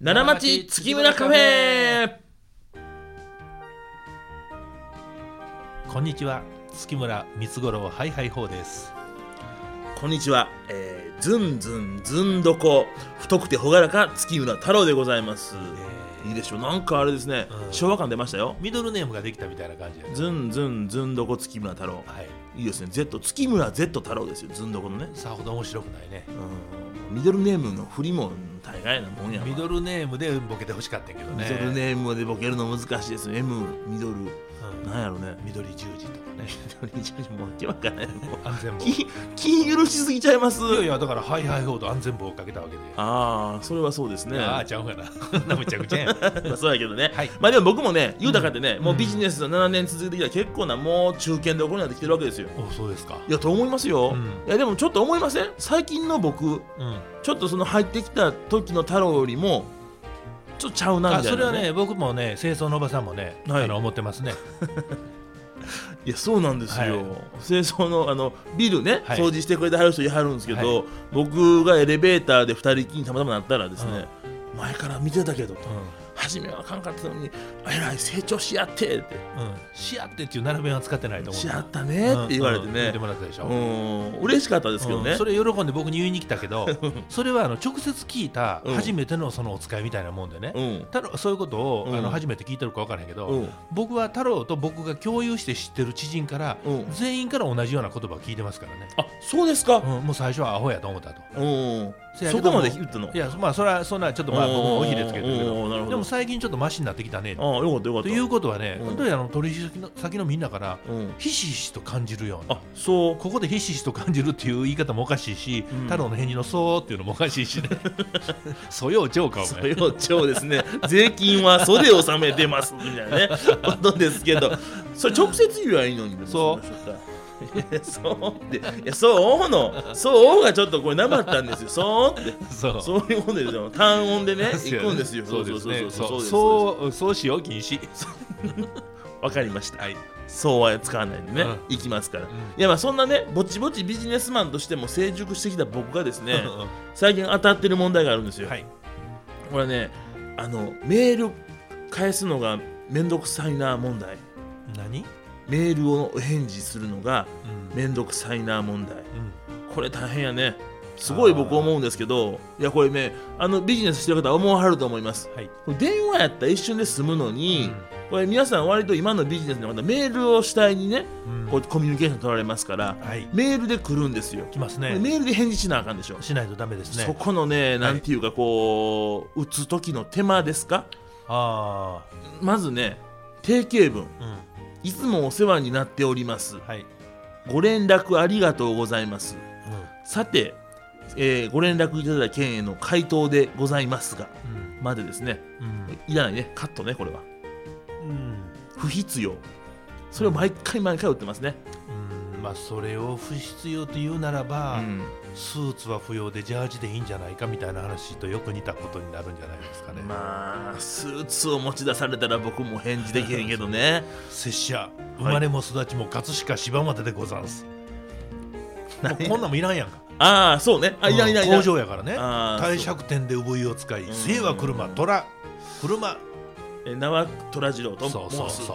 奈良町月村カフェ。 こんにちは、月村光五郎ハイハイホーです。 こんにちは、ずんずんずんどこ太くて朗らか月村太郎でございます。いいでしょ、なんかあれですね、昭和感出ましたよ。 ミドルネームができたみたいな感じで、 ずんずんずんどこ月村太郎、いいですね。 Z 月村 Z 太郎ですよ、ずんどこのね。 さほど面白くないね。 ミドルネームの振りも大概なもんやわ。 ミドルネームでボケてほしかったけどね。 ミドルネームでボケるの難しいですよ。 M ミドル、なんやろね、 緑十字とかね。 緑十字もわけわかんない安全帽。 気許しすぎちゃいます。 いやだからハイハイホーと安全帽をかけたわけで。 ああ、それはそうですね。 ああ、ちゃうかな。めちゃくちゃやん。 まあそうやけどね、 はい、 まあでも僕もね、言うたかってね、もうビジネス7年続けてきたら結構な、もう中堅どころになってきてるわけですよ。 そうですか。 いやと思いますよ、いやでもちょっと思いません？最近の僕、ちょっとその入ってきた時の太郎よりもちょっとちゃうなみたいな、ね。 それはね、僕もね、清掃のおばさんもね、思ってますね。 いやそうなんですよ、清掃のビルね、掃除してくれてはる人いはるんですけど、僕がエレベーターで2人きりにたまたまなったらですね、前から見てたけどと、初めはあかんかったのにえらい成長しやってって、 しやってっていう並べは使ってないと思う。 しやったねって言われてね、 言ってもらったでしょ。 嬉しかったですけどね。 それ喜んで僕に言いに来たけどそれは直接聞いた初めてのそのお使いみたいなもんでね、太郎そういうことを初めて聞いてるか分からへんけど、僕は太郎と僕が共有して知ってる知人から全員から同じような言葉を聞いてますからね。 あ、そうですか。 もう最初はアホやと思ったと。 そこまで言ったの？ いや、まあそれはそんなちょっと僕もおひれつけてるけど、でも最近ちょっとマシになってきたね。 よかったよかった。ということはね、本当に取引先のみんなからひしひしと感じるような。 そう、 ここでひしひしと感じるっていう言い方もおかしいし、太郎の返事のそうっていうのもおかしいしね。素養長かお前。 素養長ですね。税金は袖を納めてますみたいなねことですけど、それ直接言えばいいのに。そうそうって、いやそうがちょっとこれなまったんですよ。そうって、そういうもんですよ。単音でね行くんですよ。 そうしよう禁止。 わかりました。そうは使わないでね、行きますから。いやまあそんなね、ぼちぼちビジネスマンとしても成熟してきた僕がですね、最近当たってる問題があるんですよ。これね、メール返すのがめんどくさいな問題。 何？ メールを返事するのがめんどくさいな問題、これ大変やね。すごい僕思うんですけど、いやこれね、ビジネスしてる方は思わはると思います、これ電話やったら一瞬で済むのに、これ皆さん割と今のビジネスの方メールを主体にね、こうコミュニケーション取られますから、メールで来るんですよ。 来ますね。 メールで返事しなあかんでしょ。 しないとダメですね。 そこのね、なんていうかこう打つ時の手間ですか。まずね、定型文、いつもお世話になっております、ご連絡ありがとうございます、さて、ご連絡いただいた件への回答でございますが、までですね、いらないね、カットね、これは、不必要。それを毎回言ってますね。 まあそれを不必要というならば、スーツは不要でジャージでいいんじゃないかみたいな話とよく似たことになるんじゃないですかね。 まあスーツを持ち出されたら僕も返事できへんけどね。 拙者生まれも育ちも葛飾柴又でござんす。こんなんもいらんやんか。 そうね。いらん工場やからね。帝釈天で産湯を使い、生は車、虎、車、 縄虎次郎と申す。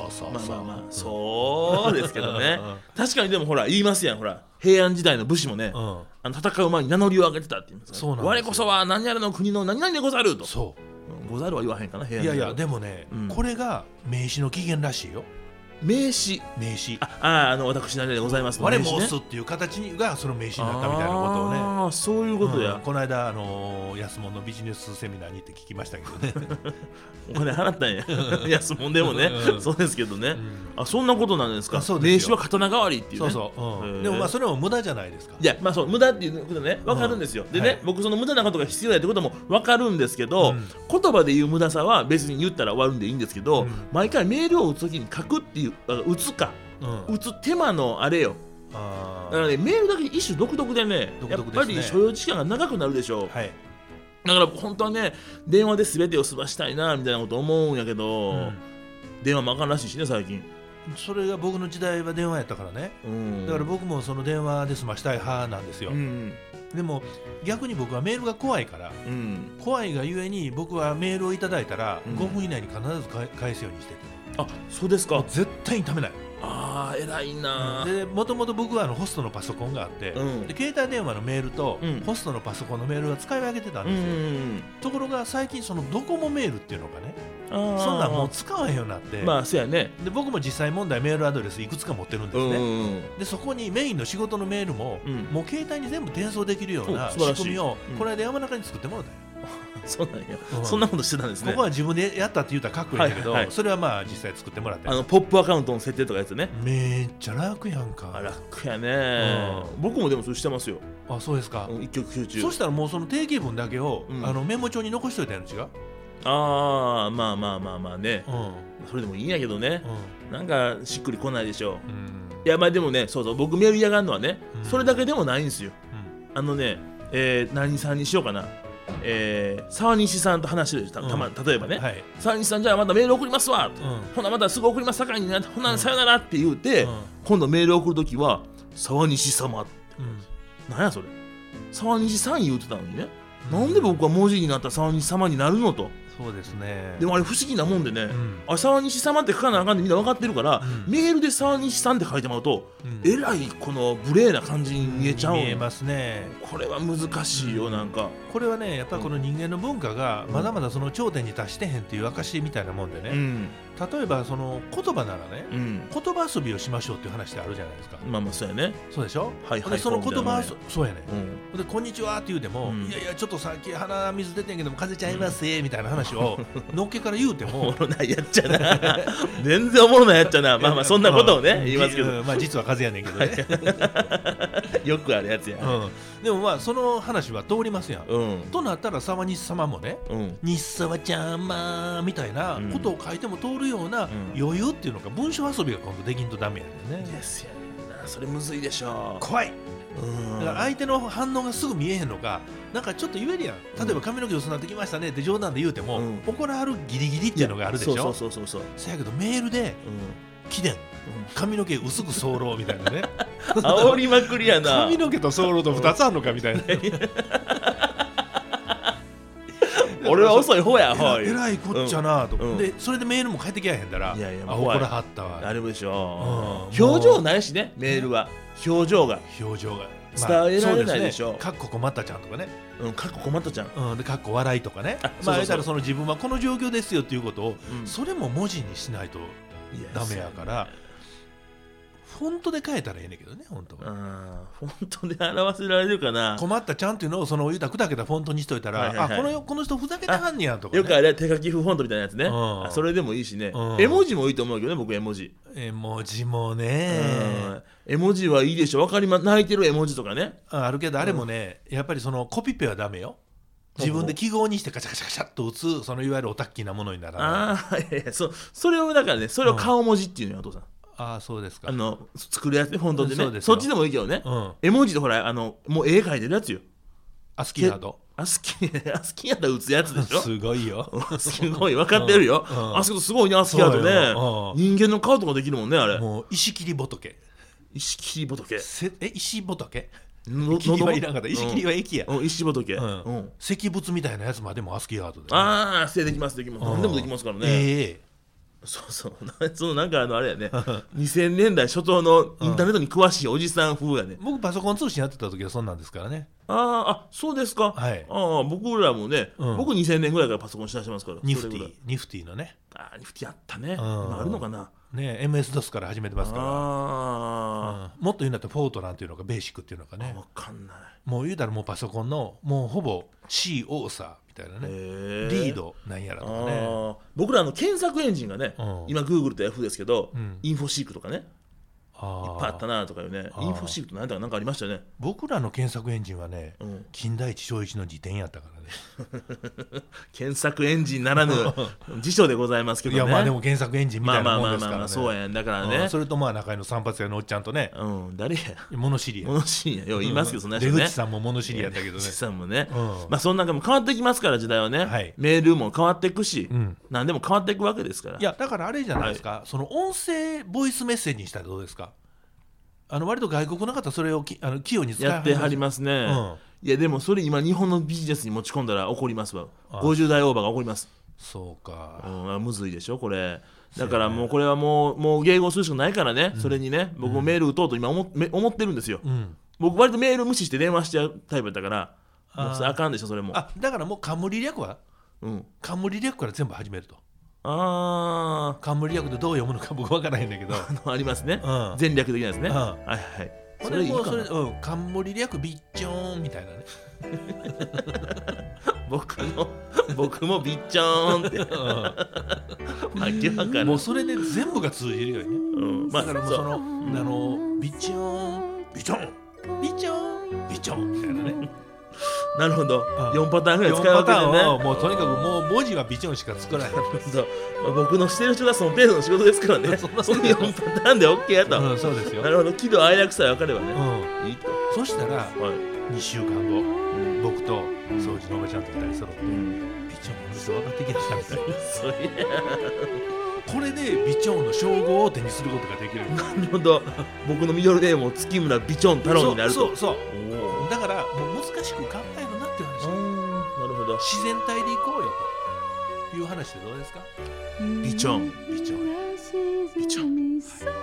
そうですけどね。確かにでもほら言いますやん。ほら平安時代の武士もね、戦う前に名乗りを上げてたって言いますから、我こそは何やらの国の何々でござると。ござるは言わへんかな。平安時代。 いやでもね、これが名詞の起源らしいよ。 名詞。私何々でございます。 我申すっていう形がその名詞になったみたいなことをね。 そういうことや。 この間安物のビジネスセミナーに行って聞きましたけどね。 お金払ったんや。安物でもね、そうですけどね。そんなことなんですか。名詞は刀代わりっていうね。 でもまあそれも無駄じゃないですか。 いやまあそう、無駄っていうことね、分かるんですよ。でね、僕その無駄なことが必要だってことも分かるんですけど、言葉で言う無駄さは別に言ったら終わるんでいいんですけど、毎回メールを打つときに書くっていう、打つか、打つ手間のあれよ。だからね、メールだけ一種独特でね、やっぱり所要時間が長くなるでしょう。だから本当はね、電話で全てを済ましたいなみたいなこと思うんやけど、電話もあかんらしいしね最近。 それが僕の時代は電話やったからね、だから僕もその電話で済ましたい派なんですよ、でも逆に僕はメールが怖いから、怖いがゆえに僕はメールをいただいたら5分以内に必ず返すようにしてて、 あ、そうですか。 絶対にためない。 ああ、偉いな。 でもともと僕はホストのパソコンがあって、で携帯電話のメールと、ホストのパソコンのメールは使い分けてたんですよ、ところが最近そのドコモメールっていうのがね、そんなんもう使わへんようになって、 まあそうやね。 で僕も実際問題メールアドレスいくつか持ってるんですね、でそこにメインの仕事のメールも、もう携帯に全部転送できるような仕組みをこの間山中に作ってもらったよ。 そうなんや、そんなことしてたんですね。 ここは自分でやったって言ったらかっこいいんだけど、それはまあ実際作ってもらって、 ポップアカウントの設定とかやつね。 めっちゃ楽やんか。 楽やね、僕もでもそれしてますよ。 あ、そうですか。 一曲集中。 そしたらもうその定型文だけを、メモ帳に残しといたやつ違う。 ああ、まあね、それでもいいんやけどね、なんかしっくりこないでしょ。いや、まあでもね、そうそう、僕メール嫌がるのはね、それだけでもないんですよ。何さんにしようかな、沢西さんと話してる人、例えばね、沢西さん、じゃあまたメール送りますわ、ほなまたすぐ送りますさかいにな、ほなさよならって言うて、今度メール送るときは沢西様って、なんやそれ、沢西さん言うてたのにね、なんで僕は文字になった沢西様になるのと。 そうですね。 でもあれ不思議なもんでね、沢西様って書かなあかんでみんな分かってるから、メールで沢西さんって書いてもらうと、えらいこの無礼な感じに見えちゃう。 見えますね。 これは難しいよ。なんかこれはね、やっぱりこの人間の文化がまだまだその頂点に達してへんっていう証みたいなもんでね、例えばその言葉ならね、言葉遊びをしましょうっていう話ってあるじゃないですか。 まあまあそうやね。 そうでしょ。でその言葉そうやね。でこんにちはって言うても、いやいやちょっとさっき鼻水出てんけども風邪ちゃいますみたいな話をのっけから言うてもおもろないやっちゃな全然おもろないやっちゃな。まあまあそんなことをね言いますけど、 まあ実は風邪やねんけどねよくあるやつや。 でもまあその話は通りますやん。となったら沢西様もね、西沢ちゃんまみたいなことを書いても通るような余裕っていうのが文章遊びが今度できんとダメやねんね。 ですよね。それむずいでしょ。 怖い。だから相手の反応がすぐ見えへんのか、なんかちょっと言えるやん。例えば髪の毛薄なってきましたねって冗談で言うても、怒らはるギリギリっていうのがあるでしょ。そうそやけどメールで貴殿髪の毛薄く候みたいなね煽りまくりやな。 髪の毛と候と2つあるのかみたいな俺は遅い方や。 えらいこっちゃなと、でそれでメールも返ってきやへんだら、怒らはったわ。 あれでしょ。表情ないしね、メールは表情が伝えられないでしょ。 かっこ困ったちゃんとかね、 かっこ困ったちゃん、 でかっこ笑いとかね、まあ言ったらその自分はこの状況ですよっていうことを、それも文字にしないとダメやから、フォントで変えたらいいねんけどね、本当は。 フォントで表せられるかな。 困ったちゃんっていうのをその言うたら砕けたフォントにしといたら、この人ふざけてはんねやとか、 よくあれ手書きフォントみたいなやつね。それでもいいしね。絵文字もいいと思うけどね、僕絵文字もね、 絵文字はいいでしょ。わかります。泣いてる絵文字とかね、 あるけど、あれもね、やっぱりそのコピペはダメよ。自分で記号にしてカチャカチャカチャっと打つ、そのいわゆるオタッキーなものにならない。 それをだからね、それを顔文字っていうのよ、お父さん。 そうですか。 作るやつね、フォントでね。そっちでもいいけどね。絵文字でほら、もう絵描いてるやつよ。 アスキーアート。 アスキーアート打つやつでしょ。 すごいよ。 すごい分かってるよ。あそこすごいね、アスキーアートね。人間の顔とかできるもんね、あれ。 もう石切り仏。 石切り仏。 石仏。 石切りはいらんかった。石切りは駅や。 石仏。 石仏みたいなやつまでもアスキーアートで。 できますできます。何でもできますからね。そうなんかあれやね2000年代初頭のインターネットに詳しいおじさん風やね。 僕パソコン通信やってた時はそんなんですからね。 そうですか。僕らもね、僕2000年ぐらいからパソコンしだしてますから。 ニフティのね。 ニフティあったね。今あるのかな。 ね、MS-DOS から始めてますから。もっと言うんだったらフォートランっていうのかベーシックっていうのかね。 分かんない。 もう言うたらもうパソコンのもうほぼ C オーサーみたいなね、リードなんやらとかね。 僕ら検索エンジンがね、今 Google と Yahoo ですけど、インフォシークとかね、いっぱいあったなとかいうね。インフォシークとなんかありましたよね。 僕らの検索エンジンはね、金田一正一の辞典やったからね。 検索エンジンならぬ辞書でございますけどね。 いやまあでも検索エンジンみたいなもんですからね。 そうやんだからね、 それとまあ中井の散髪屋のおっちゃんとね、 誰や物知りやよう言いますけど、そんな人ね。 出口さんも物知りやったけどね。 出口さんもね、まあそんなんかも変わってきますから時代はね、メールも変わっていくし、何でも変わっていくわけですから。 いやだからあれじゃないですか、その音声ボイスメッセージにしたらどうですか。割と外国の方それを器用に使いやってはりますね、いやでもそれ今日本のビジネスに持ち込んだら怒りますわ。50代オーバーが怒ります。 そうか、 むずいでしょこれ。だからもうこれはもう迎合するしかないからね、それにね僕もメール打とうと今思ってるんですよ、僕割とメール無視して電話しちゃうタイプだったから、もうそれあかんでしょそれも。 だからもう冠略は、冠略から全部始めると。冠略でどう読むのか僕分からへんだけどありますね、全略的なやつね、はいはい、 それいいかな。冠略ビッチョーンみたいなね僕もビッチョーンって明らかにもうそれで全部が通じるようにね、だからもうそのビッチョーンビッチョーンビッチョーンビッチョーンみたいなねなるほど、4パターンぐらい使うわけでね。 もうとにかくもう文字はビチョンしか作らない僕のしてる人はその程度の仕事ですからねその4パターンで OK やと、 そうですよ。 なるほど、喜怒哀楽さえ分かればね、いいと。 そしたら、2週間後、僕と掃除のおばちゃんと2人揃って、ビチョンの人分かってきましたみたいなこれでビチョンの称号を手にすることができる。 なるほど、僕のミドルネームも月村ビチョン太郎になると。 そうだからもう難しく考えるなっていう話。 なるほど、 自然体でいこうよという話でどうですか。 ビチョンビチョンビチョン